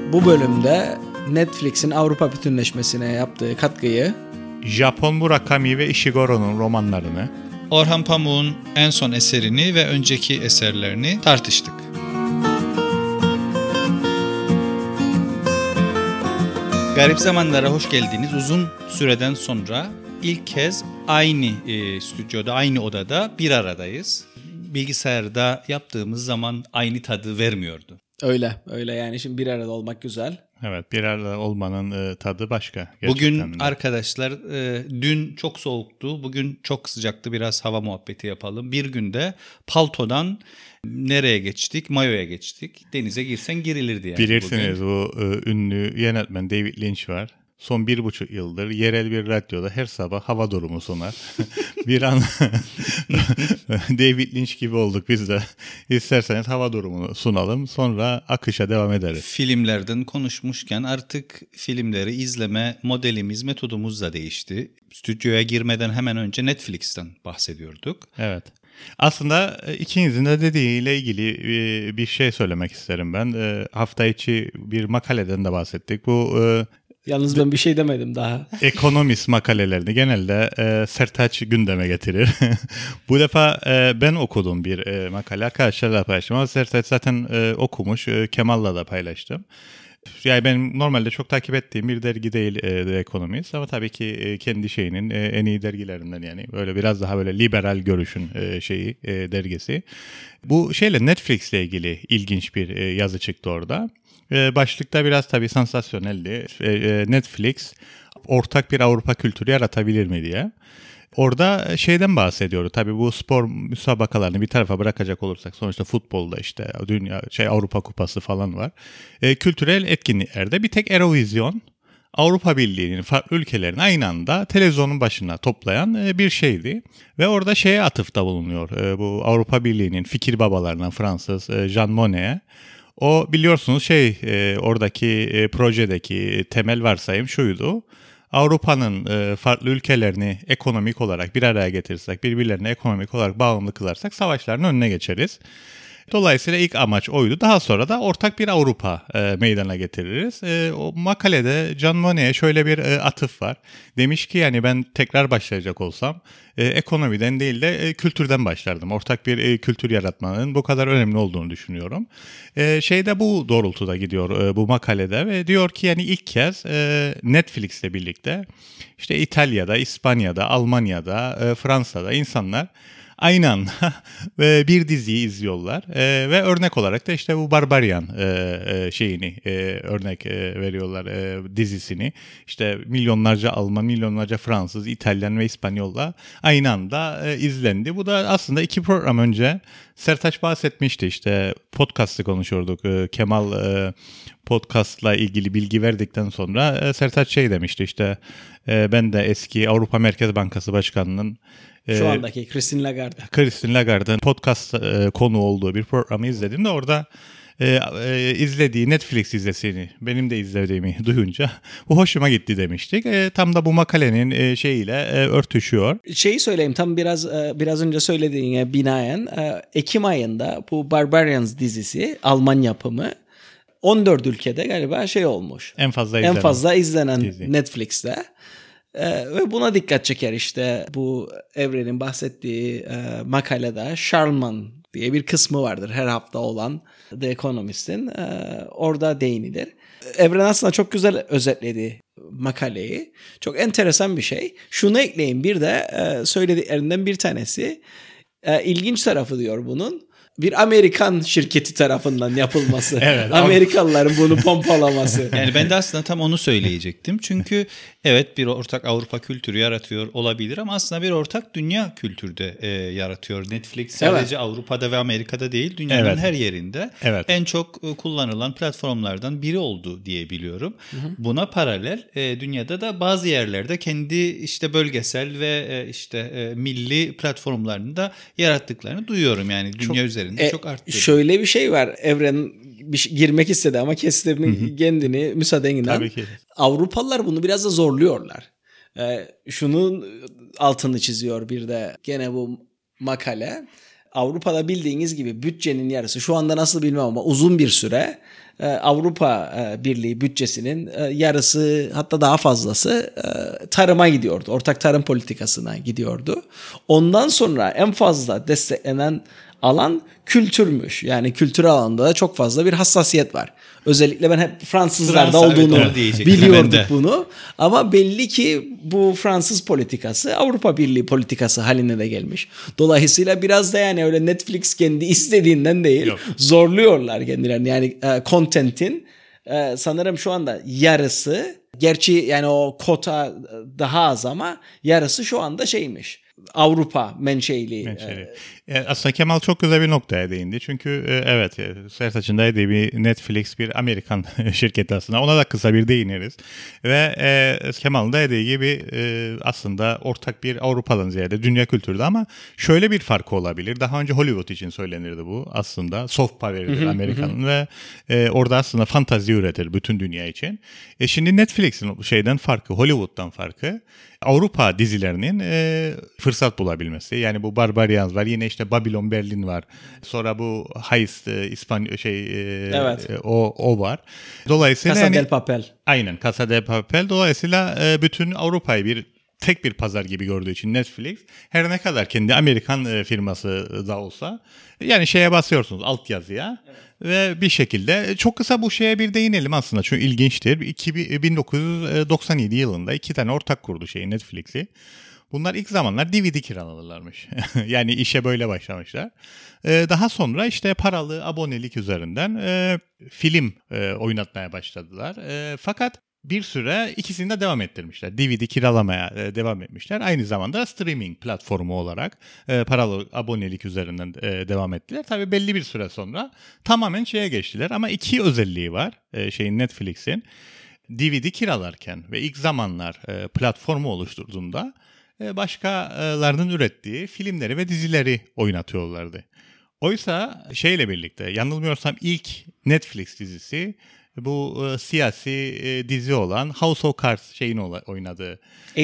Bu bölümde Netflix'in Avrupa bütünleşmesine yaptığı katkıyı, Japon Murakami ve Ishigoro'nun romanlarını, Orhan Pamuk'un en son eserini ve önceki eserlerini tartıştık. Garip Zamanlara hoş geldiniz. Uzun süreden sonra ilk kez aynı stüdyoda, aynı odada bir aradayız. Bilgisayarda yaptığımız zaman aynı tadı vermiyordu. Öyle yani şimdi bir arada olmak güzel. Evet, bir arada olmanın tadı başka. Bugün arkadaşlar dün çok soğuktu, bugün çok sıcaktı, biraz hava muhabbeti yapalım. Bir günde paltodan nereye geçtik? Mayoya geçtik. Denize girsen girilirdi yani. Bilirsiniz bu ünlü yönetmen David Lynch var. Son 1,5 yıldır yerel bir radyoda her sabah hava durumu sunar. Bir an David Lynch gibi olduk biz de. İsterseniz hava durumunu sunalım, sonra akışa devam ederiz. Filmlerden konuşmuşken artık filmleri izleme modelimiz, metodumuz da değişti. Stüdyoya girmeden hemen önce Netflix'ten bahsediyorduk. Evet. Aslında ikinizin de dediğiyle ilgili bir şey söylemek isterim ben. Hafta içi bir makaleden de bahsettik. Bu Yalnız ben bir şey demedim daha. Ekonomist makalelerini genelde Sertaç gündeme getirir. Bu defa ben okudum bir makale, arkadaşlarla paylaştım ama Sertaç zaten okumuş, Kemal'la da paylaştım. Yani ben normalde çok takip ettiğim bir dergi değil The Economist ama tabii ki kendi şeyinin en iyi dergilerinden, yani böyle biraz daha böyle liberal görüşün dergisi. Bu şeyle Netflix'le ilgili ilginç bir yazı çıktı orada. Başlıkta biraz tabii sansasyoneldi. Netflix ortak bir Avrupa kültürü yaratabilir mi diye. Orada şeyden bahsediyordu. Tabii bu spor müsabakalarını bir tarafa bırakacak olursak, sonuçta futbolda işte dünya Avrupa Kupası falan var. Kültürel etkinliklerde bir tek Eurovision Avrupa Birliği'nin farklı ülkelerini aynı anda televizyonun başına toplayan bir şeydi. Ve orada şeye atıfta bulunuyor. Bu Avrupa Birliği'nin fikir babalarından Fransız Jean Monnet'e. O biliyorsunuz oradaki projedeki temel varsayım şuydu. Avrupa'nın farklı ülkelerini ekonomik olarak bir araya getirirsek, birbirlerine ekonomik olarak bağımlı kılarsak savaşların önüne geçeriz. Dolayısıyla ilk amaç oydu. Daha sonra da ortak bir Avrupa meydana getiririz. O makalede Jean Monnet'e şöyle bir atıf var. Demiş ki yani ben tekrar başlayacak olsam ekonomiden değil de kültürden başlardım. Ortak bir kültür yaratmanın bu kadar önemli olduğunu düşünüyorum. Bu doğrultuda gidiyor bu makalede ve diyor ki yani ilk kez Netflix'le birlikte işte İtalya'da, İspanya'da, Almanya'da, Fransa'da insanlar aynı anda bir diziyi izliyorlar ve örnek olarak da işte bu Barbarian örnek veriyorlar dizisini. İşte milyonlarca Alman, milyonlarca Fransız, İtalyan ve İspanyolla aynı anda izlendi. Bu da aslında 2 program önce Sertaç bahsetmişti, işte podcast'ı konuşuyorduk. Kemal podcast'la ilgili bilgi verdikten sonra Sertaç demişti, işte ben de eski Avrupa Merkez Bankası Başkanı'nın şu andaki Christine Lagarde'ın podcast konu olduğu bir programı izledim de orada izlediği Netflix dizisini benim de izlediğimi duyunca bu hoşuma gitti demiştik. Tam da bu makalenin şeyiyle örtüşüyor. Şeyi söyleyeyim, tam biraz önce söylediğine binaen Ekim ayında bu Barbarians dizisi Alman yapımı 14 ülkede galiba olmuş. En fazla izlenen dizi Netflix'te. Ve buna dikkat çeker işte bu Evren'in bahsettiği makalede Charlemagne diye bir kısmı vardır her hafta olan The Economist'in, orada değinilir. Evren aslında çok güzel özetledi makaleyi. Çok enteresan bir şey. Şunu ekleyeyim, bir de söylediklerinden bir tanesi ilginç tarafı diyor bunun. Bir Amerikan şirketi tarafından yapılması. Evet, Amerikalıların bunu pompalaması. Yani ben de aslında tam onu söyleyecektim. Çünkü evet, bir ortak Avrupa kültürü yaratıyor olabilir ama aslında bir ortak dünya kültürü de yaratıyor. Netflix sadece Avrupa'da ve Amerika'da değil, dünyanın her yerinde en çok kullanılan platformlardan biri oldu diye biliyorum. Buna paralel dünyada da bazı yerlerde kendi işte bölgesel ve milli platformlarını da yarattıklarını duyuyorum. Yani dünya üzerinde çok arttı. Şöyle bir şey var. Evren girmek istedi ama kestirini kendini müsaadenle. Tabii ki. Avrupalılar bunu biraz da zorluyorlar. Şunun altını çiziyor bir de gene bu makale. Avrupa'da bildiğiniz gibi bütçenin yarısı, şu anda nasıl bilmem ama uzun bir süre Avrupa Birliği bütçesinin yarısı, hatta daha fazlası tarıma gidiyordu. Ortak tarım politikasına gidiyordu. Ondan sonra en fazla desteklenen alan kültürmüş. Yani kültür alanında da çok fazla bir hassasiyet var. Özellikle ben hep Fransızlarda olduğunu biliyorduk bunu. Ama belli ki bu Fransız politikası Avrupa Birliği politikası haline de gelmiş. Dolayısıyla biraz da yani öyle Netflix kendi istediğinden değil. Yok. Zorluyorlar kendilerini. Yani content'in sanırım şu anda yarısı, gerçi yani o kota daha az ama yarısı şu anda şeymiş. Avrupa menşeli. Aslında Kemal çok güzel bir noktaya değindi. Çünkü evet, Sertaç'ın da dediği bir Netflix bir Amerikan şirketi aslında. Ona da kısa bir değiniriz. Ve Kemal'ın da dediği gibi aslında ortak bir Avrupa'dan ziyade dünya kültürü, ama şöyle bir farkı olabilir. Daha önce Hollywood için söylenirdi bu aslında. Soft power'dir Amerika'nın ve orada aslında fantazi üretir bütün dünya için. Şimdi Netflix'in şeyden farkı, Hollywood'dan farkı, Avrupa dizilerinin fırsat bulabilmesi. Yani bu Barbarians var, yine işte Babylon Berlin var. Sonra bu Heist evet. O var. Dolayısıyla Casa del Papel. Aynen, Casa del Papel. Dolayısıyla bütün Avrupa'yı tek bir pazar gibi gördüğü için Netflix, her ne kadar kendi Amerikan firması da olsa, yani şeye basıyorsunuz, altyazıya, evet, ve bir şekilde çok kısa bu şeye bir değinelim aslında, çünkü ilginçtir. 1997 yılında 2 tane ortak kurdu Netflix'i. Bunlar ilk zamanlar DVD kiraladılarmış. Yani işe böyle başlamışlar. Daha sonra işte paralı abonelik üzerinden film oynatmaya başladılar. Fakat bir süre ikisini de devam ettirmişler. DVD kiralamaya devam etmişler. Aynı zamanda streaming platformu olarak paralı abonelik üzerinden devam ettiler. Tabii belli bir süre sonra tamamen şeye geçtiler. Ama iki özelliği var Netflix'in. DVD kiralarken ve ilk zamanlar platformu oluşturduğunda başkalarının ürettiği filmleri ve dizileri oynatıyorlardı. Oysa şeyle birlikte, yanılmıyorsam ilk Netflix dizisi bu siyasi dizi olan House of Cards oynadığı.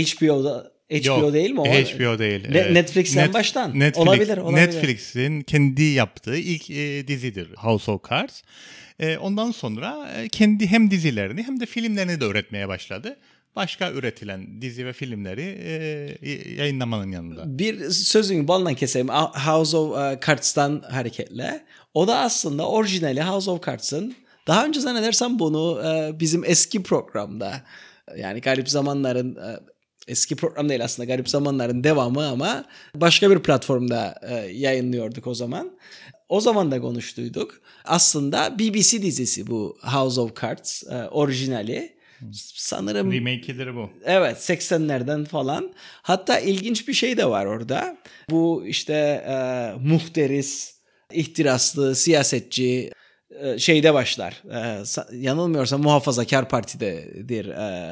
HBO değil mi o? HBO değil. Netflix'ten baştan. Olabilir. Netflix'in kendi yaptığı ilk dizidir House of Cards. Ondan sonra kendi hem dizilerini hem de filmlerini de üretmeye başladı. Başka üretilen dizi ve filmleri yayınlamanın yanında. Bir sözünü balından keseyim. House of Cards'tan hareketle. O da aslında orijinali House of Cards'ın. Daha önce zannedersem bunu bizim eski programda, yani Garip Zamanlar'ın eski program değil aslında, Garip Zamanlar'ın devamı ama başka bir platformda yayınlıyorduk o zaman. O zaman da konuştuyduk. Aslında BBC dizisi bu House of Cards orijinali. Sanırım remake'idir bu. Evet, 80'lerden falan. Hatta ilginç bir şey de var orada. Bu işte muhteris, ihtiraslı, siyasetçi şeyde başlar. Yanılmıyorsam Muhafazakar Parti'dedir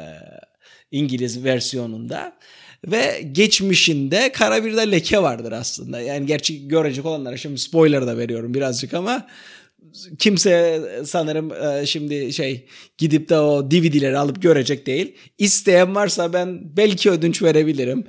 İngiliz versiyonunda. Ve geçmişinde kara bir de leke vardır aslında. Yani gerçi görecek olanlara şimdi spoiler da veriyorum birazcık ama kimse sanırım şimdi gidip de o DVD'leri alıp görecek değil. İsteyen varsa ben belki ödünç verebilirim.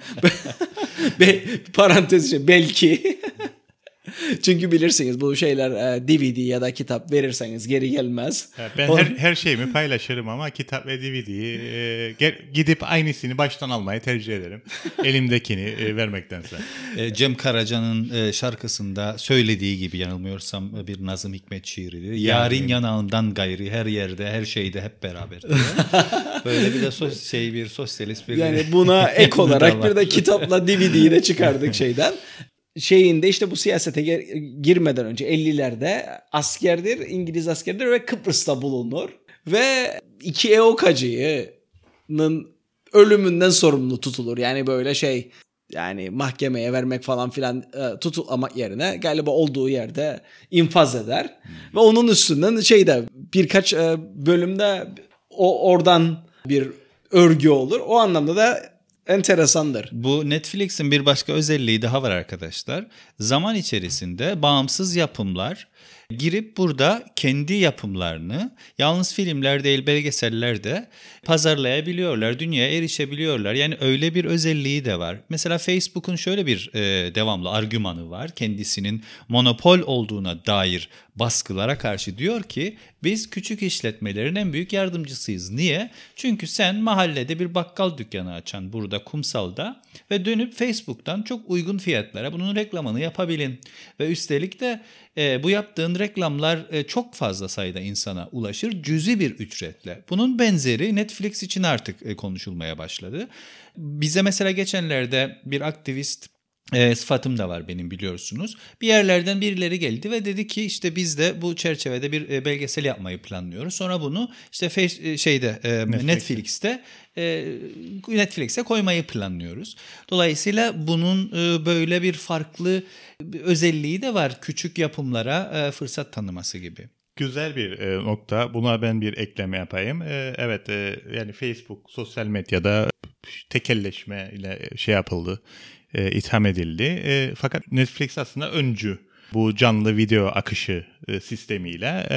Parantez içinde belki. Çünkü bilirsiniz bu şeyler DVD ya da kitap verirseniz geri gelmez. Ben her şeyimi paylaşırım ama kitap ve DVD'yi gidip aynısını baştan almayı tercih ederim. Elimdekini vermektense. Cem Karaca'nın şarkısında söylediği gibi, yanılmıyorsam bir Nazım Hikmet şiiridir. Yarın yanağından gayri her yerde her şeyde hep beraber. Böyle bir de bir sosyalist bir. Yani buna ek olarak bir de kitapla DVD'yi de çıkardık şeyden. Şeyinde işte bu siyasete girmeden önce 50'lerde askerdir, İngiliz askerdir ve Kıbrıs'ta bulunur. Ve 2 EOKA'cının ölümünden sorumlu tutulur. Yani böyle yani mahkemeye vermek falan filan tutulamak yerine galiba olduğu yerde infaz eder. Ve onun üstünden birkaç bölümde oradan bir örgü olur. O anlamda da enteresandır. Bu Netflix'in bir başka özelliği daha var arkadaşlar. Zaman içerisinde bağımsız yapımlar girip burada kendi yapımlarını yalnız filmler değil belgeseller de pazarlayabiliyorlar, dünyaya erişebiliyorlar. Yani öyle bir özelliği de var. Mesela Facebook'un şöyle bir devamlı argümanı var. Kendisinin monopol olduğuna dair baskılara karşı diyor ki biz küçük işletmelerin en büyük yardımcısıyız. Niye? Çünkü sen mahallede bir bakkal dükkanı açan burada kumsalda ve dönüp Facebook'tan çok uygun fiyatlara bunun reklamını yapabilin. Ve üstelik de bu yaptığın reklamlar çok fazla sayıda insana ulaşır cüzi bir ücretle. Bunun benzeri Netflix için artık konuşulmaya başladı. Bize mesela geçenlerde bir aktivist sıfatım da var benim biliyorsunuz. Bir yerlerden birileri geldi ve dedi ki işte biz de bu çerçevede bir belgesel yapmayı planlıyoruz. Sonra bunu işte Netflix'e koymayı planlıyoruz. Dolayısıyla bunun böyle bir farklı özelliği de var. Küçük yapımlara fırsat tanıması gibi. Güzel bir nokta. Buna ben bir ekleme yapayım. Evet, yani Facebook sosyal medyada tekelleşme ile yapıldı. İtham edildi. Fakat Netflix aslında öncü bu canlı video akışı sistemiyle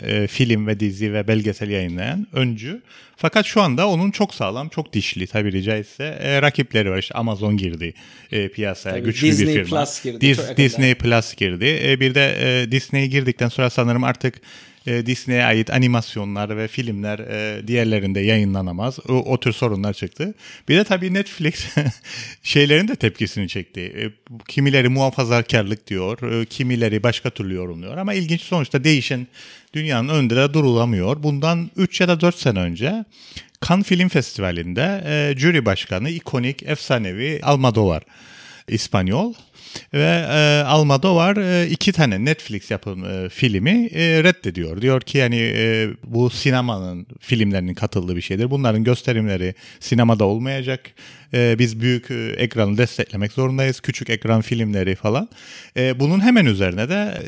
film ve dizi ve belgesel yayınlayan öncü. Fakat şu anda onun çok sağlam, çok dişli tabiri caizse rakipleri var. İşte Amazon girdi piyasaya, tabii güçlü Disney bir firma. Plus girdi, Disney Plus girdi. Bir de Disney'e girdikten sonra sanırım artık Disney'e ait animasyonlar ve filmler diğerlerinde yayınlanamaz. O tür sorunlar çıktı. Bir de tabii Netflix şeylerin de tepkisini çekti. Kimileri muhafazakarlık diyor, kimileri başka türlü yorumluyor. Ama ilginç, sonuçta değişen dünyanın önünde de durulamıyor. Bundan 3 ya da 4 sene önce Cannes Film Festivali'nde jüri başkanı ikonik, efsanevi Almodóvar, İspanyol. Ve Almodóvar 2 tane Netflix yapım filmi reddediyor. Diyor ki yani bu sinemanın filmlerinin katıldığı bir şeydir. Bunların gösterimleri sinemada olmayacak. Biz büyük ekranı desteklemek zorundayız. Küçük ekran filmleri falan. Bunun hemen üzerine de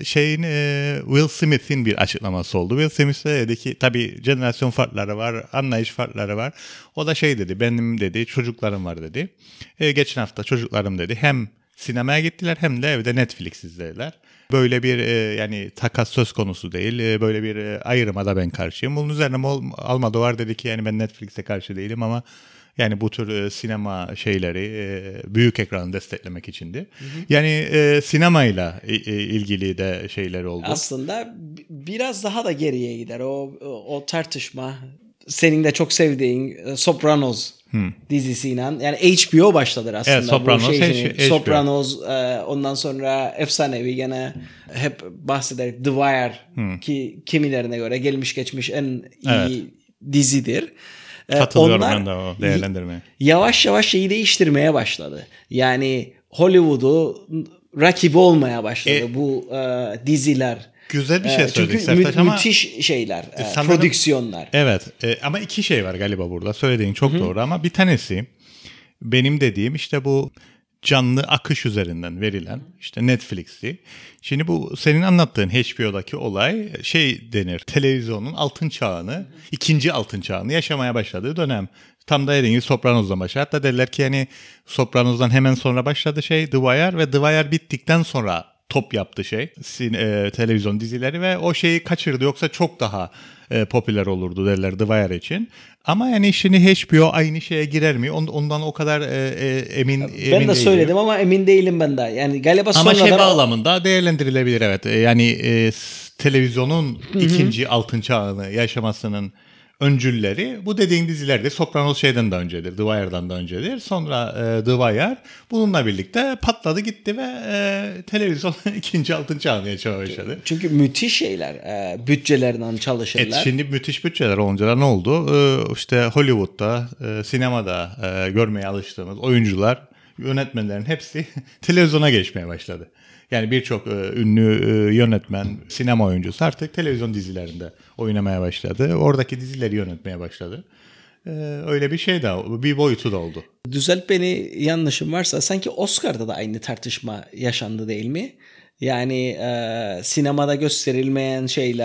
Will Smith'in bir açıklaması oldu. Will Smith dedi ki tabii jenerasyon farkları var, anlayış farkları var. O da dedi, benim dedi çocuklarım var dedi. Geçen hafta çocuklarım dedi hem sinemaya gittiler hem de evde Netflix izlediler. Böyle bir yani takas söz konusu değil. Böyle bir ayrıma da ben karşıyım. Bunun üzerine Almodóvar dedi ki yani ben Netflix'e karşı değilim ama yani bu tür sinema şeyleri büyük ekranı desteklemek içindi. Hı hı. Yani sinemayla ilgili de şeyler oldu. Aslında biraz daha da geriye gider o tartışma. Senin de çok sevdiğin Sopranos dizisiyle, yani HBO başladır aslında. Evet, Sopranos, Sopranos, ondan sonra efsanevi gene hep bahseder The Wire ki kimilerine göre gelmiş geçmiş en iyi dizidir. Katılıyorum ben de o değerlendirmeye. Yavaş yavaş şeyi değiştirmeye başladı. Yani Hollywood'u rakibi olmaya başladı bu diziler. Güzel bir şey söyledik Sertaç ama müthiş şeyler, sanırım, prodüksiyonlar. Evet, ama 2 şey var galiba burada. Söylediğin çok doğru ama bir tanesi benim dediğim işte bu canlı akış üzerinden verilen işte Netflix'i. Şimdi bu senin anlattığın HBO'daki olay denir. Televizyonun altın çağını, ikinci altın çağını yaşamaya başladığı dönem. Tam da dediğin gibi Sopranos'dan başladı. Hatta derler ki yani Sopranos'dan hemen sonra başladı The Wire ve The Wire bittikten sonra top yaptı televizyon dizileri ve o şeyi kaçırdı, yoksa çok daha popüler olurdu derler The Wire için. Ama yani şimdi HBO aynı şeye girer mi? Ondan o kadar emin değilim. Ben de söyledim ama emin değilim ben de. Yani galiba sonradan... Ama bağlamında değerlendirilebilir evet. Yani televizyonun ikinci altın çağını yaşamasının öncülleri bu dediğin dizilerde Sopranos şeyden de öncedir, The Wire'dan da öncedir. Sonra The Wire bununla birlikte patladı gitti ve televizyon ikinci altın çağını yaşamaya başladı. Çünkü müthiş şeyler, bütçelerden çalışırlar. Şimdi müthiş bütçeler olunca da ne oldu? İşte Hollywood'da, sinemada görmeye alıştığımız oyuncular, yönetmenlerin hepsi televizyona geçmeye başladı. Yani birçok ünlü yönetmen, sinema oyuncusu artık televizyon dizilerinde oynamaya başladı. Oradaki dizileri yönetmeye başladı. Öyle bir şey de, bir boyutu da oldu. Düzelt beni, yanlışım varsa sanki Oscar'da da aynı tartışma yaşandı değil mi? Yani sinemada gösterilmeyen şeyler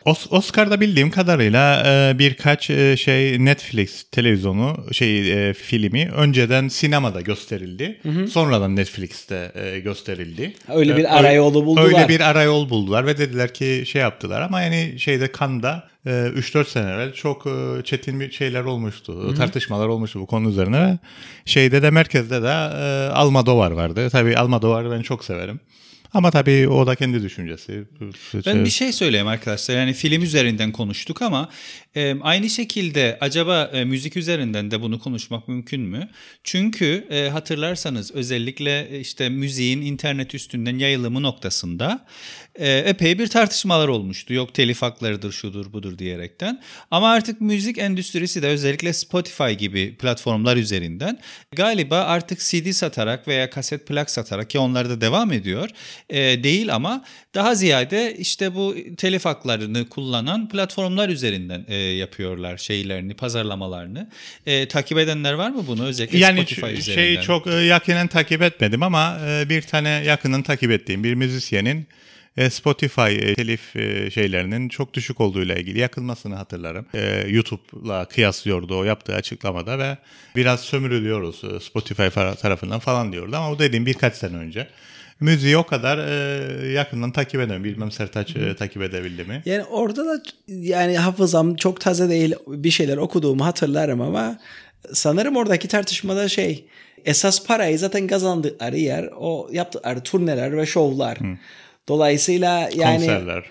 Oscar'da bildiğim kadarıyla birkaç Netflix televizyonu filmi önceden sinemada gösterildi. Sonradan Netflix'te gösterildi. Öyle bir arayolu buldular. Öyle bir arayol buldular ve dediler ki yaptılar ama yani Cannes'da 3-4 sene evvel çok çetin bir şeyler olmuştu. Tartışmalar olmuştu bu konu üzerine ve de merkezde de Almodovar vardı. Tabii Almodovar'ı ben çok severim. Ama tabii o da kendi düşüncesi. Ben bir şey söyleyeyim arkadaşlar. Yani film üzerinden konuştuk ama aynı şekilde acaba müzik üzerinden de bunu konuşmak mümkün mü? Çünkü hatırlarsanız özellikle müziğin internet üstünden yayılımı noktasında epey bir tartışmalar olmuştu. Yok telif haklarıdır, şudur budur diyerekten. Ama artık müzik endüstrisi de özellikle Spotify gibi platformlar üzerinden galiba artık CD satarak veya kaset plak satarak, ki onlar da devam ediyor, değil ama daha ziyade bu telif haklarını kullanan platformlar üzerinden yapıyorlar pazarlamalarını. Takip edenler var mı bunu özellikle Spotify üzerinden? Çok yakinen takip etmedim ama bir tane yakından takip ettiğim bir müzisyenin Spotify telif şeylerinin çok düşük olduğuyla ilgili yakılmasını hatırlarım. YouTube'la kıyaslıyordu o yaptığı açıklamada ve biraz sömürülüyoruz Spotify tarafından falan diyordu ama o dediğim birkaç sene önce. Müziği o kadar yakından takip edemiyorum. Bilmem Sertaç takip edebildi mi? Yani orada da yani hafızam çok taze değil, bir şeyler okuduğumu hatırlarım ama sanırım oradaki tartışmada esas parayı zaten kazandıkları yer o yaptıkları turneler ve şovlar. Dolayısıyla yani konserler.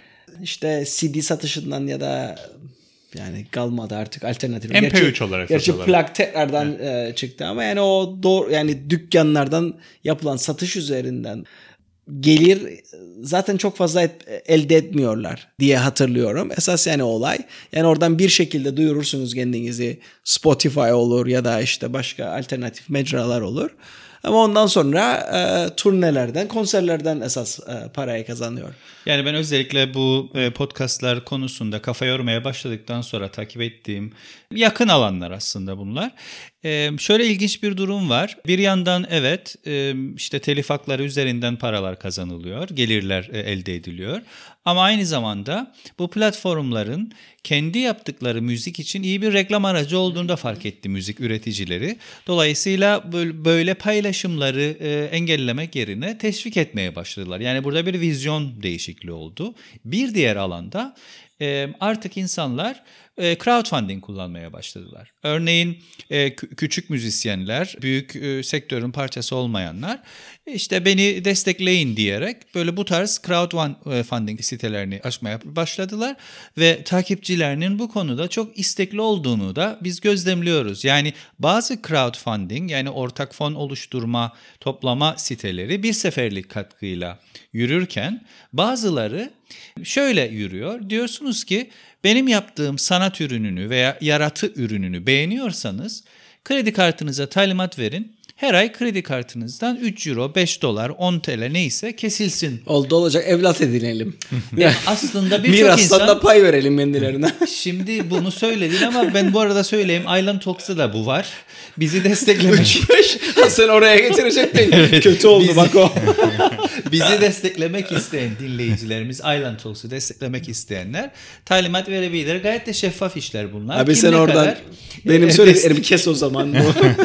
CD satışından ya da yani kalmadı artık alternatif. MP3 olarak gerçi plak tekrardan çıktı ama yani o yani dükkanlardan yapılan satış üzerinden gelir zaten çok fazla elde etmiyorlar diye hatırlıyorum. Esas yani olay. Yani oradan bir şekilde duyurursunuz kendinizi. Spotify olur ya da başka alternatif mecralar olur. Ama ondan sonra turnelerden, konserlerden esas parayı kazanıyor. Yani ben özellikle bu podcastlar konusunda kafa yormaya başladıktan sonra takip ettiğim yakın alanlar aslında bunlar. Şöyle ilginç bir durum var. Bir yandan evet telif hakları üzerinden paralar kazanılıyor, gelirler elde ediliyor. Ama aynı zamanda bu platformların kendi yaptıkları müzik için iyi bir reklam aracı olduğunu da fark etti müzik üreticileri. Dolayısıyla böyle paylaşımları engellemek yerine teşvik etmeye başladılar. Yani burada bir vizyon değişikliği oldu. Bir diğer alanda artık insanlar crowdfunding kullanmaya başladılar. Örneğin küçük müzisyenler, büyük sektörün parçası olmayanlar beni destekleyin diyerek böyle bu tarz crowdfunding sitelerini açmaya başladılar ve takipçilerinin bu konuda çok istekli olduğunu da biz gözlemliyoruz. Yani bazı crowdfunding yani ortak fon oluşturma, toplama siteleri bir seferlik katkıyla yürürken bazıları şöyle yürüyor. Diyorsunuz ki benim yaptığım sanat ürününü veya yaratı ürününü beğeniyorsanız kredi kartınıza talimat verin. Her ay kredi kartınızdan 3 euro, 5 dolar, 10 TL neyse kesilsin. Oldu olacak evlat edinelim. Aslında birçok mirastan insan... da pay verelim kendilerine. Şimdi bunu söyledin ama ben bu arada söyleyeyim. Island Talks'ta da bu var. Bizi desteklemek. Sen oraya getirecektin. Evet, kötü oldu bak o. Bizi desteklemek isteyen dinleyicilerimiz, Island Talks'u desteklemek isteyenler talimat verebilir. Gayet de şeffaf işler bunlar. Abi sen oradan benim söylediklerimi kes o zaman.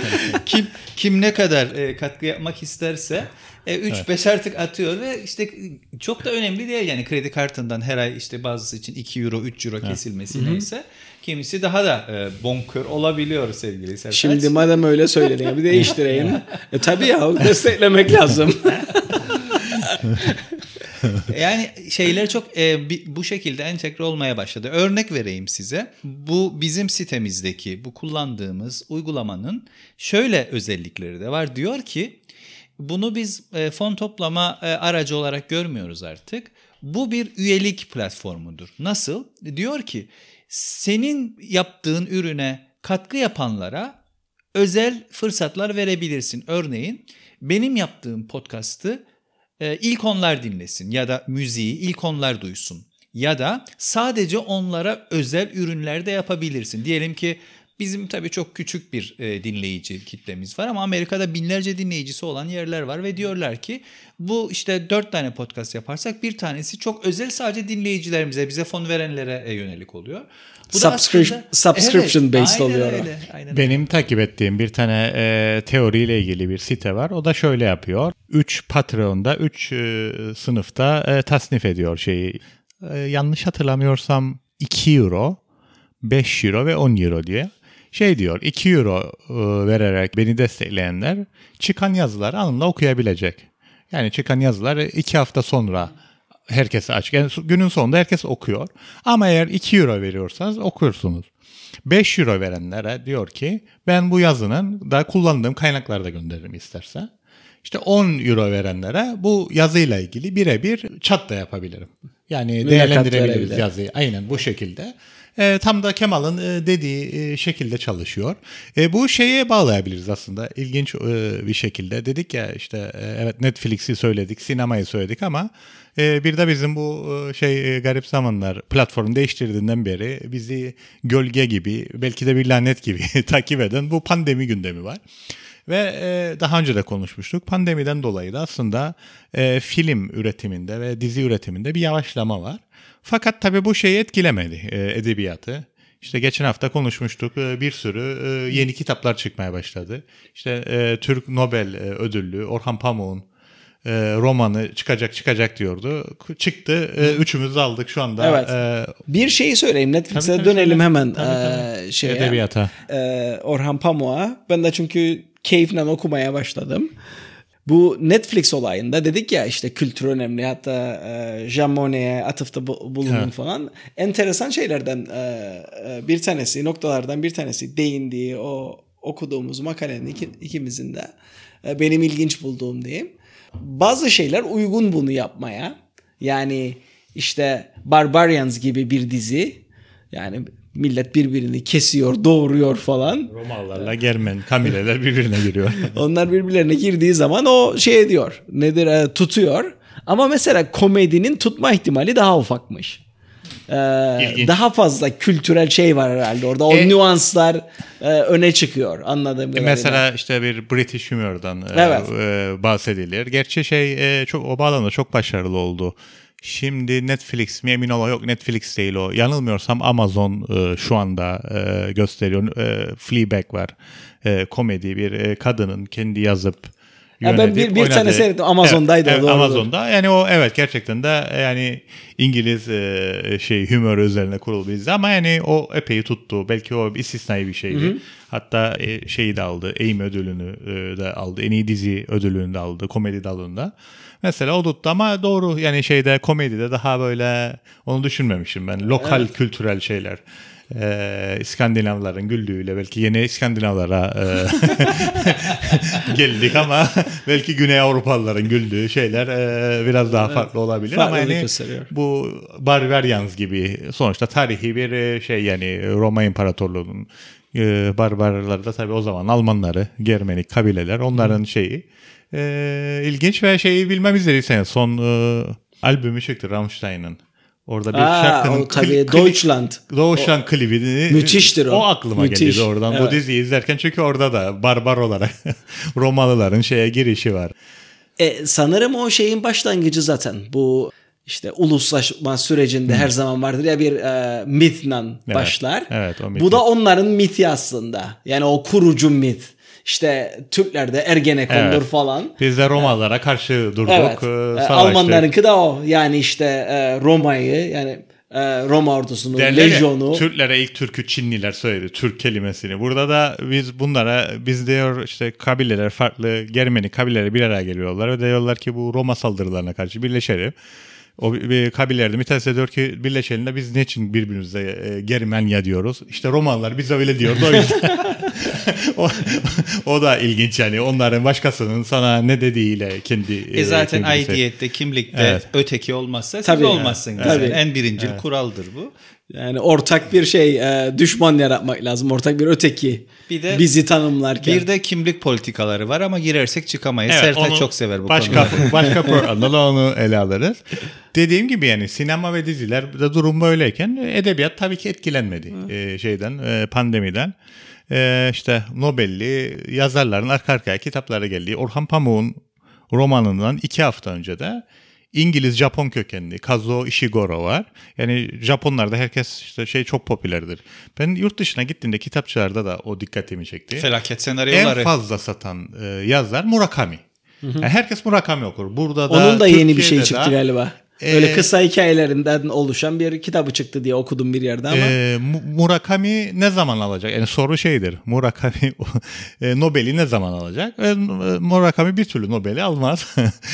Kim ne kadar katkı yapmak isterse 3-5 artık atıyor ve çok da önemli değil yani kredi kartından her ay bazısı için 2 euro 3 euro kesilmesi neyse. Kimisi daha da bonkör olabiliyor sevgili Sertaç. Şimdi madem öyle söyledin bir değiştireyim. Tabii ya desteklemek lazım. Yani şeyler çok bu şekilde entegre olmaya başladı. Örnek vereyim size. Bu bizim sitemizdeki bu kullandığımız uygulamanın şöyle özellikleri de var. Diyor ki bunu biz fon toplama aracı olarak görmüyoruz artık. Bu bir üyelik platformudur. Nasıl? Diyor ki senin yaptığın ürüne katkı yapanlara özel fırsatlar verebilirsin. Örneğin benim yaptığım podcast'ı ilk onlar dinlesin ya da müziği ilk onlar duysun ya da sadece onlara özel ürünler de yapabilirsin. Diyelim ki Bizim tabii çok küçük bir dinleyici kitlemiz var ama Amerika'da binlerce dinleyicisi olan yerler var ve diyorlar ki bu işte 4 tane podcast yaparsak bir tanesi çok özel sadece dinleyicilerimize, bize fon verenlere yönelik oluyor. Bu Subscription based oluyor. Aynen Benim takip ettiğim bir tane teoriyle ilgili bir site var. O da şöyle yapıyor. 3 Patreon'da 3 sınıfta tasnif ediyor şeyi. Yanlış hatırlamıyorsam 2 euro, 5 euro ve 10 euro diye. Şey diyor, 2 euro vererek beni destekleyenler çıkan yazıları anında okuyabilecek. Yani çıkan yazılar 2 hafta sonra herkese açık. Yani günün sonunda herkes okuyor. Ama eğer 2 euro veriyorsanız okursunuz. 5 euro verenlere diyor ki ben bu yazının da kullandığım kaynaklarda gönderirim isterse. İşte 10 euro verenlere bu yazıyla ilgili birebir chat da yapabilirim. Yani değerlendirebiliriz yazıyı. Aynen bu şekilde. Tam da Kemal'ın dediği şekilde çalışıyor. Bu şeye bağlayabiliriz aslında. İlginç bir şekilde. Dedik ya işte evet Netflix'i söyledik, sinemayı söyledik ama bir de bizim bu garip zamanlar platformu değiştirdiğinden beri bizi gölge gibi belki de bir lanet gibi takip eden bu pandemi gündemi var. Ve daha önce de konuşmuştuk. Pandemiden dolayı da aslında film üretiminde ve dizi üretiminde bir yavaşlama var. Fakat tabii bu şeyi etkilemedi edebiyatı. İşte geçen hafta konuşmuştuk. Bir sürü yeni kitaplar çıkmaya başladı. İşte Türk Nobel ödüllü Orhan Pamuk'un romanı çıkacak diyordu. Çıktı. Üçümüz de aldık şu anda. Evet. Bir şeyi söyleyeyim. Netflix'e dönelim hemen şeye. Edebiyata. Orhan Pamuk'a. Ben de çünkü keyifle okumaya başladım. Bu Netflix olayında dedik ya işte kültür önemli, hatta Jean Monnet'e atıfta bulunun falan. Enteresan şeylerden noktalardan bir tanesi değindiği o okuduğumuz makalenin ikimizin de benim ilginç bulduğum diyeyim. Bazı şeyler uygun bunu yapmaya. Yani işte Barbarians gibi bir dizi, yani millet birbirini kesiyor, doğuruyor falan. Romalılarla Germen, Kamileler birbirine giriyor. Onlar birbirlerine girdiği zaman o şey diyor. Tutuyor. Ama mesela komedinin tutma ihtimali daha ufakmış. Daha fazla kültürel şey var herhalde orada. O nüanslar öne çıkıyor anladığım kadarıyla. Mesela işte bir British Humor'dan bahsedilir. Gerçi çok o bağlamda çok başarılı oldu. Şimdi Netflix mi emin ol, yok Netflix değil o. Yanılmıyorsam Amazon şu anda gösteriyor. Fleabag var. Komedi bir kadının kendi yazıp yönetip bir tane seyrettim. Amazon'daydı. Evet, Amazon'da. Yani o evet gerçekten de yani İngiliz humor üzerine kurulu bir dizi ama yani o epey tuttu. Belki o istisnai bir şeydi. Hı-hı. Hatta şeyi de aldı. Emmy ödülünü de aldı. En iyi dizi ödülünü de aldı komedi dalında. Mesela o tuttu ama doğru yani komedide daha böyle onu düşünmemişim ben. Lokal kültürel şeyler. İskandinavların güldüğüyle belki yeni İskandinavlara geldik ama belki Güney Avrupalıların güldüğü şeyler biraz daha farklı olabilir ama yani bu Barbarians gibi sonuçta tarihi bir yani Roma İmparatorluğu'nun barbarları da tabii o zaman Almanları, Germenik kabileler onların ilginç ve bilmemiz gerekiyor. Son albümü çıktı Rammstein'ın. Orada bir şarkının Deutschland klibini müthiştir o. O aklıma geldi oradan bu diziyi izlerken çünkü orada da barbar olarak Romalıların girişi var. Sanırım o şeyin başlangıcı zaten. Bu işte uluslaşma sürecinde her zaman vardır ya bir mitle başlar. Evet, o mit. Bu da onların miti aslında. Yani o kurucu mit. İşte Türklerde Ergenekon'dur falan. Biz de Romalılara karşı durduk. Evet. Almanlarınki de o. Yani işte Roma'yı yani Roma ordusunu, lejyonu. Türklere ilk Türk'ü Çinliler söyledi. Türk kelimesini. Burada da biz diyor işte kabileler farklı Germenik kabileleri bir araya geliyorlar ve diyorlar ki bu Roma saldırılarına karşı birleşelim. O kabilelerden bir tanesi diyor ki birleşelim de biz niçin birbirimize Germanya diyoruz. İşte Romalılar bize öyle diyordu o yüzden. o da ilginç yani onların başkasının sana ne dediğiyle kendi zaten aidiyette, kimlikte öteki olmazsa siz olmazsınız. Tabii. En birincil kuraldır bu. Yani ortak bir düşman yaratmak lazım. Ortak bir öteki bizi tanımlarken. Bir de kimlik politikaları var ama girersek çıkamayız. Sertaç çok sever bu konuyu. Başka programda onu ele alırız. dediğim gibi yani sinema ve dizilerde durum böyleyken edebiyat tabii ki etkilenmedi pandemiden. İşte Nobel'li yazarların arka arkaya kitaplara geldiği Orhan Pamuk'un romanından 2 hafta önce de İngiliz-Japon kökenli Kazuo Ishiguro var. Yani Japonlarda herkes işte çok popülerdir. Ben yurt dışına gittiğimde kitapçılarda da o dikkatimi çekti. Felaket senaryoları. En fazla satan yazar Murakami. Yani herkes Murakami okur. Burada da onun da yeni bir şey Türkiye'de çıktı galiba. Öyle kısa hikayelerinden oluşan bir kitabı çıktı diye okudum bir yerde ama. Murakami ne zaman alacak? Yani soru şeydir. Murakami Nobel'i ne zaman alacak? Murakami bir türlü Nobel'i almaz.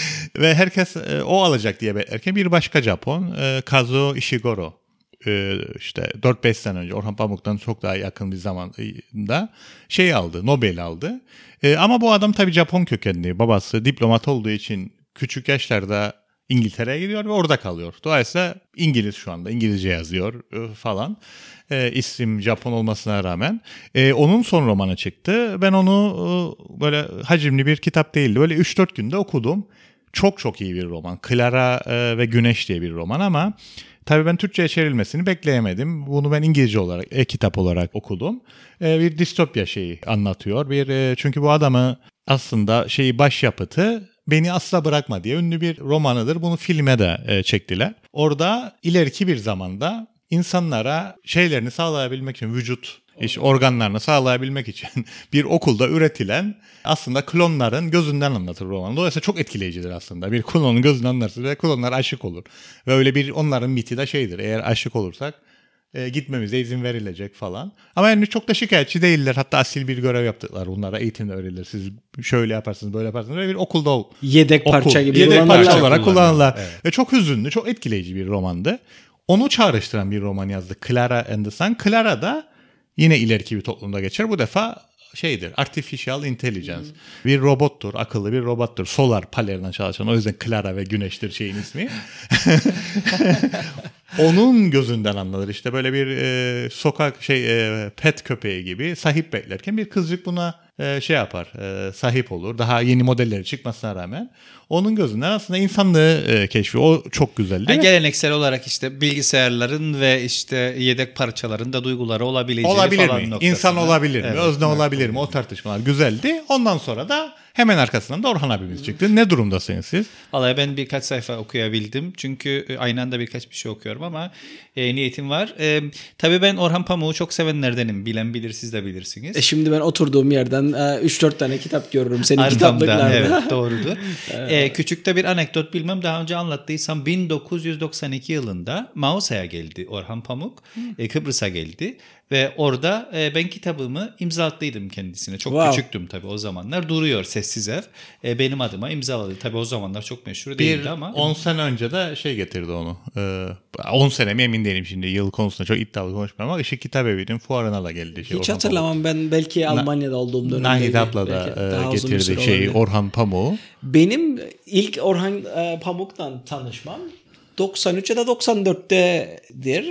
Ve herkes o alacak diye beklerken bir başka Japon Kazuo Ishiguro işte 4-5 sene önce Orhan Pamuk'tan çok daha yakın bir zamanda aldı. Nobel'i aldı. Ama bu adam tabii Japon kökenli. Babası diplomat olduğu için küçük yaşlarda İngiltere'ye gidiyor ve orada kalıyor. Dolayısıyla İngiliz şu anda. İngilizce yazıyor falan. İsim Japon olmasına rağmen. Onun son romanı çıktı. Ben onu böyle hacimli bir kitap değildi. Böyle 3-4 günde okudum. Çok çok iyi bir roman. Clara ve Güneş diye bir roman ama tabii ben Türkçe'ye çevrilmesini bekleyemedim. Bunu ben İngilizce olarak, kitap olarak okudum. Bir distopya anlatıyor. Çünkü bu adamı aslında başyapıtı Beni Asla Bırakma diye ünlü bir romanıdır. Bunu filme de çektiler. Orada ileriki bir zamanda insanlara şeylerini sağlayabilmek için vücut organlarını sağlayabilmek için bir okulda üretilen aslında klonların gözünden anlatır romanı. Dolayısıyla çok etkileyicidir aslında. Bir klonun gözünden anlarsın ve klonlar aşık olur. Ve öyle bir onların miti de eğer aşık olursak gitmemize izin verilecek falan. Ama yani çok da şikayetçi değiller. Hatta asil bir görev yaptılar. Bunlara eğitimde öğrenilir. Siz şöyle yaparsınız, böyle yaparsınız. Böyle bir okulda yedek parça gibi yedek parça olarak kullanırlar. Evet. Ve çok hüzünlü, çok etkileyici bir romandı. Onu çağrıştıran bir roman yazdı. Clara and the Sun. Clara da yine ileriki bir toplumda geçer. Bu defa Artificial Intelligence. Bir robottur, akıllı bir robottur. Solar panelden çalışan. O yüzden Clara ve Güneş'tir ismi. Onun gözünden anlatır. İşte böyle bir sokak pet köpeği gibi sahip beklerken bir kızcık buna sahip olur. Daha yeni modelleri çıkmasına rağmen onun gözünden aslında insanlığı keşfiyor. O çok güzeldi. Yani geleneksel olarak işte bilgisayarların ve işte yedek parçaların da duyguları olabileceği olabilir falan mi? noktasında. İnsan olabilir mi? Evet, Özne olabilir mi? O tartışmalar güzeldi. Ondan sonra da hemen arkasından da Orhan abimiz çıktı. Ne durumdasınız siz? Vallahi ben birkaç sayfa okuyabildim. Çünkü aynı anda birkaç bir şey okuyorum ama niyetim var. Tabii ben Orhan Pamuk'u çok sevenlerdenim. Bilen bilir, siz de bilirsiniz. Şimdi ben oturduğum yerden 3-4 tane kitap görürüm senin Arkamda, kitaplıklarda. evet, doğrudur. Küçükte bir anekdot, bilmem daha önce anlattıysam 1992 yılında Mausa'ya geldi Orhan Pamuk. Kıbrıs'a geldi. Ve orada ben kitabımı imzalattıydım kendisine. Çok küçüktüm tabii o zamanlar. Duruyor Sessiz Ev. Benim adıma imzaladı. Tabii o zamanlar çok meşhur değildi ama. 10 sene önce de getirdi onu. 10 sene mi emin değilim şimdi. Yıl konusunda çok iddialı konuşmuyorum ama Işık Kitap Evi'nin fuarına da geldi. Hiç hatırlamam ben, belki Almanya'da olduğum dönemde. Nahit abla da getirdi Orhan Pamuk'u. Benim ilk Orhan Pamuk'tan tanışmam 93 ya da 94'tedir.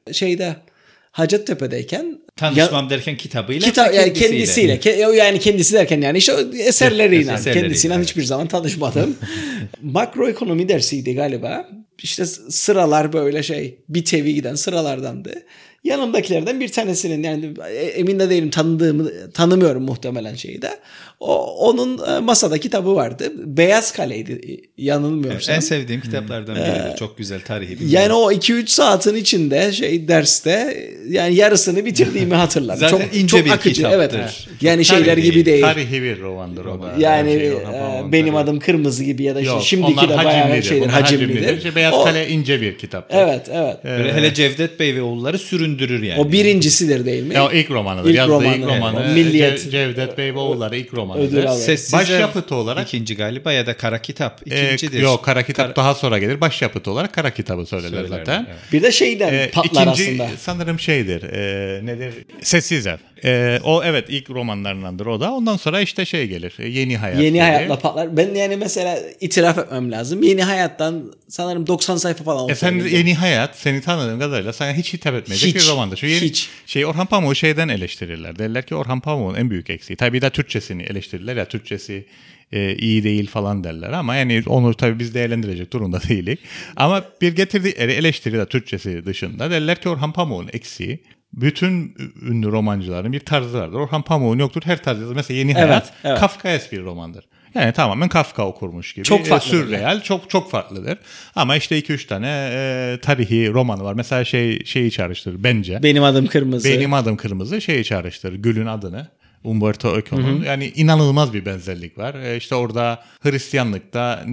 Hacettepe'deyken tanışmam derken kitabıyla kendisiyle. Yani kendisi derken yani işte eserleriyle. Kendisiyle hiçbir zaman tanışmadım. Makroekonomi dersiydi galiba. İşte sıralar böyle bir tevi giden sıralardandı. Yanımdakilerden bir tanesinin, yani emin de değilim, tanımıyorum muhtemelen de. Onun masada kitabı vardı. Beyaz Kale'ydi yanılmıyorsam. En sevdiğim kitaplardan biridir. Çok güzel, tarihi bir. Yani o 2-3 saatin içinde derste yani yarısını bitirdiğimi hatırlarım. Zaten çok, ince çok bir akıcı, kitaptır. Evet. Yani şeyler gibi değil. Tarihi bir romandır o da. Yani benim adım Kırmızı gibi ya da şimdiki de bayağı hacimlidir. Beyaz Kale ince bir kitaptır. Evet. Hele Cevdet Bey ve oğulları süründürür yani. O birincisidir değil mi? O ilk romanıdır. Yazdığı ilk romanı. Milliyet. Cevdet Bey ve oğulları ilk romanıdır. Başyapıt olarak. İkinci galiba ya da Kara Kitap. İkincidir. Yok, Kara Kitap daha sonra gelir. Başyapıt olarak Kara Kitabı söylerler zaten. Evet. Bir de patlar ikinci, aslında. Sanırım nedir? Sessiz Ev. O ilk romanlarındandır o da. Ondan sonra gelir. Yeni Hayat. Yeni Hayat'la patlar. Ben yani mesela itiraf etmem lazım. Yeni Hayat'tan sanırım 90 sayfa falan oldu. Yeni Hayat, seni tanıdığım kadarıyla sana hiç hitap etmeyecek bir romandır. Hiç. Orhan Pamuk'u şeyden eleştirirler. Derler ki Orhan Pamuk'un en büyük eksiği. Tabii de Türkçesini eleştirirler ya, Türkçesi iyi değil falan derler ama yani onu tabii biz değerlendirecek durumda değiliz. Ama bir getirdikleri eleştiri de Türkçesi dışında derler ki Orhan Pamuk'un eksiği, bütün ünlü romancıların bir tarzı vardır. Orhan Pamuk'un yoktur, her tarzı. Mesela Yeni Hayat Kafkaesk bir romandır. Yani tamamen Kafka okurmuş gibi. Çok farklı. Sürreal, çok farklıdır. Ama işte 2-3 tane tarihi romanı var. Mesela şeyi çağrıştırır bence. Benim Adım Kırmızı. Benim Adım Kırmızı şeyi çağrıştırır. Gül'ün adını. Umberto Eco'nun. Yani inanılmaz bir benzerlik var. İşte orada Hristiyanlıkta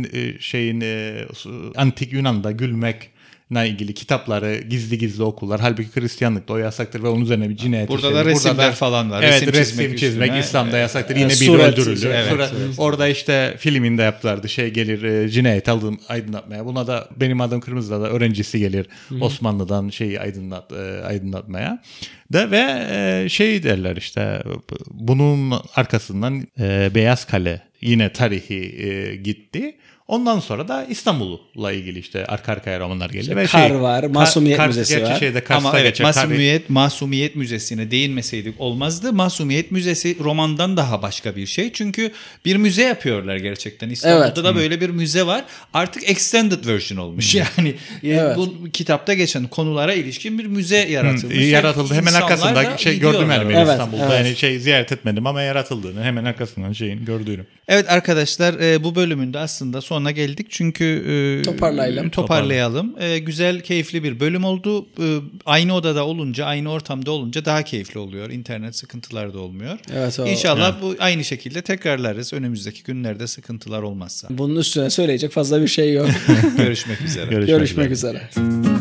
antik Yunan'da gülmekle ilgili kitapları gizli okullar. Halbuki Hristiyanlıkta o yasaktır ve onun üzerine bir cinayet Burada da resimler falan var. Evet, resim çizmek İslam'da yasaktır. Yine biri öldürülür. Orada işte filminde yaptılardı. Gelir cinayet aydınlatmaya. Buna da Benim Adım Kırmızı'da da öğrencisi gelir Osmanlı'dan aydınlatmaya. Ve derler işte bunun arkasından Beyaz Kale yine tarihi gitti. Ondan sonra da İstanbul'la ilgili işte arka arkaya romanlar geldi. Ve Kar var, Masumiyet Müzesi var. Ama evet, Masumiyet Müzesi'ne değinmeseydik olmazdı. Masumiyet Müzesi romandan daha başka bir şey. Çünkü bir müze yapıyorlar gerçekten. İstanbul'da da böyle bir müze var. Artık extended version olmuş. Yani bu kitapta geçen konulara ilişkin bir müze yaratılmış. Yaratıldı. Hemen arkasında gördüm yani İstanbul'da. Yani ziyaret etmedim ama yaratıldığını hemen arkasından gördüğünü. Evet arkadaşlar, bu bölümünde aslında sonuna geldik çünkü toparlayalım. Güzel, keyifli bir bölüm oldu. Aynı odada olunca, aynı ortamda olunca daha keyifli oluyor. İnternet sıkıntıları da olmuyor. Evet, İnşallah bu aynı şekilde tekrarlarız önümüzdeki günlerde sıkıntılar olmazsa. Bunun üstüne söyleyecek fazla bir şey yok. Görüşmek üzere. Görüşmek üzere.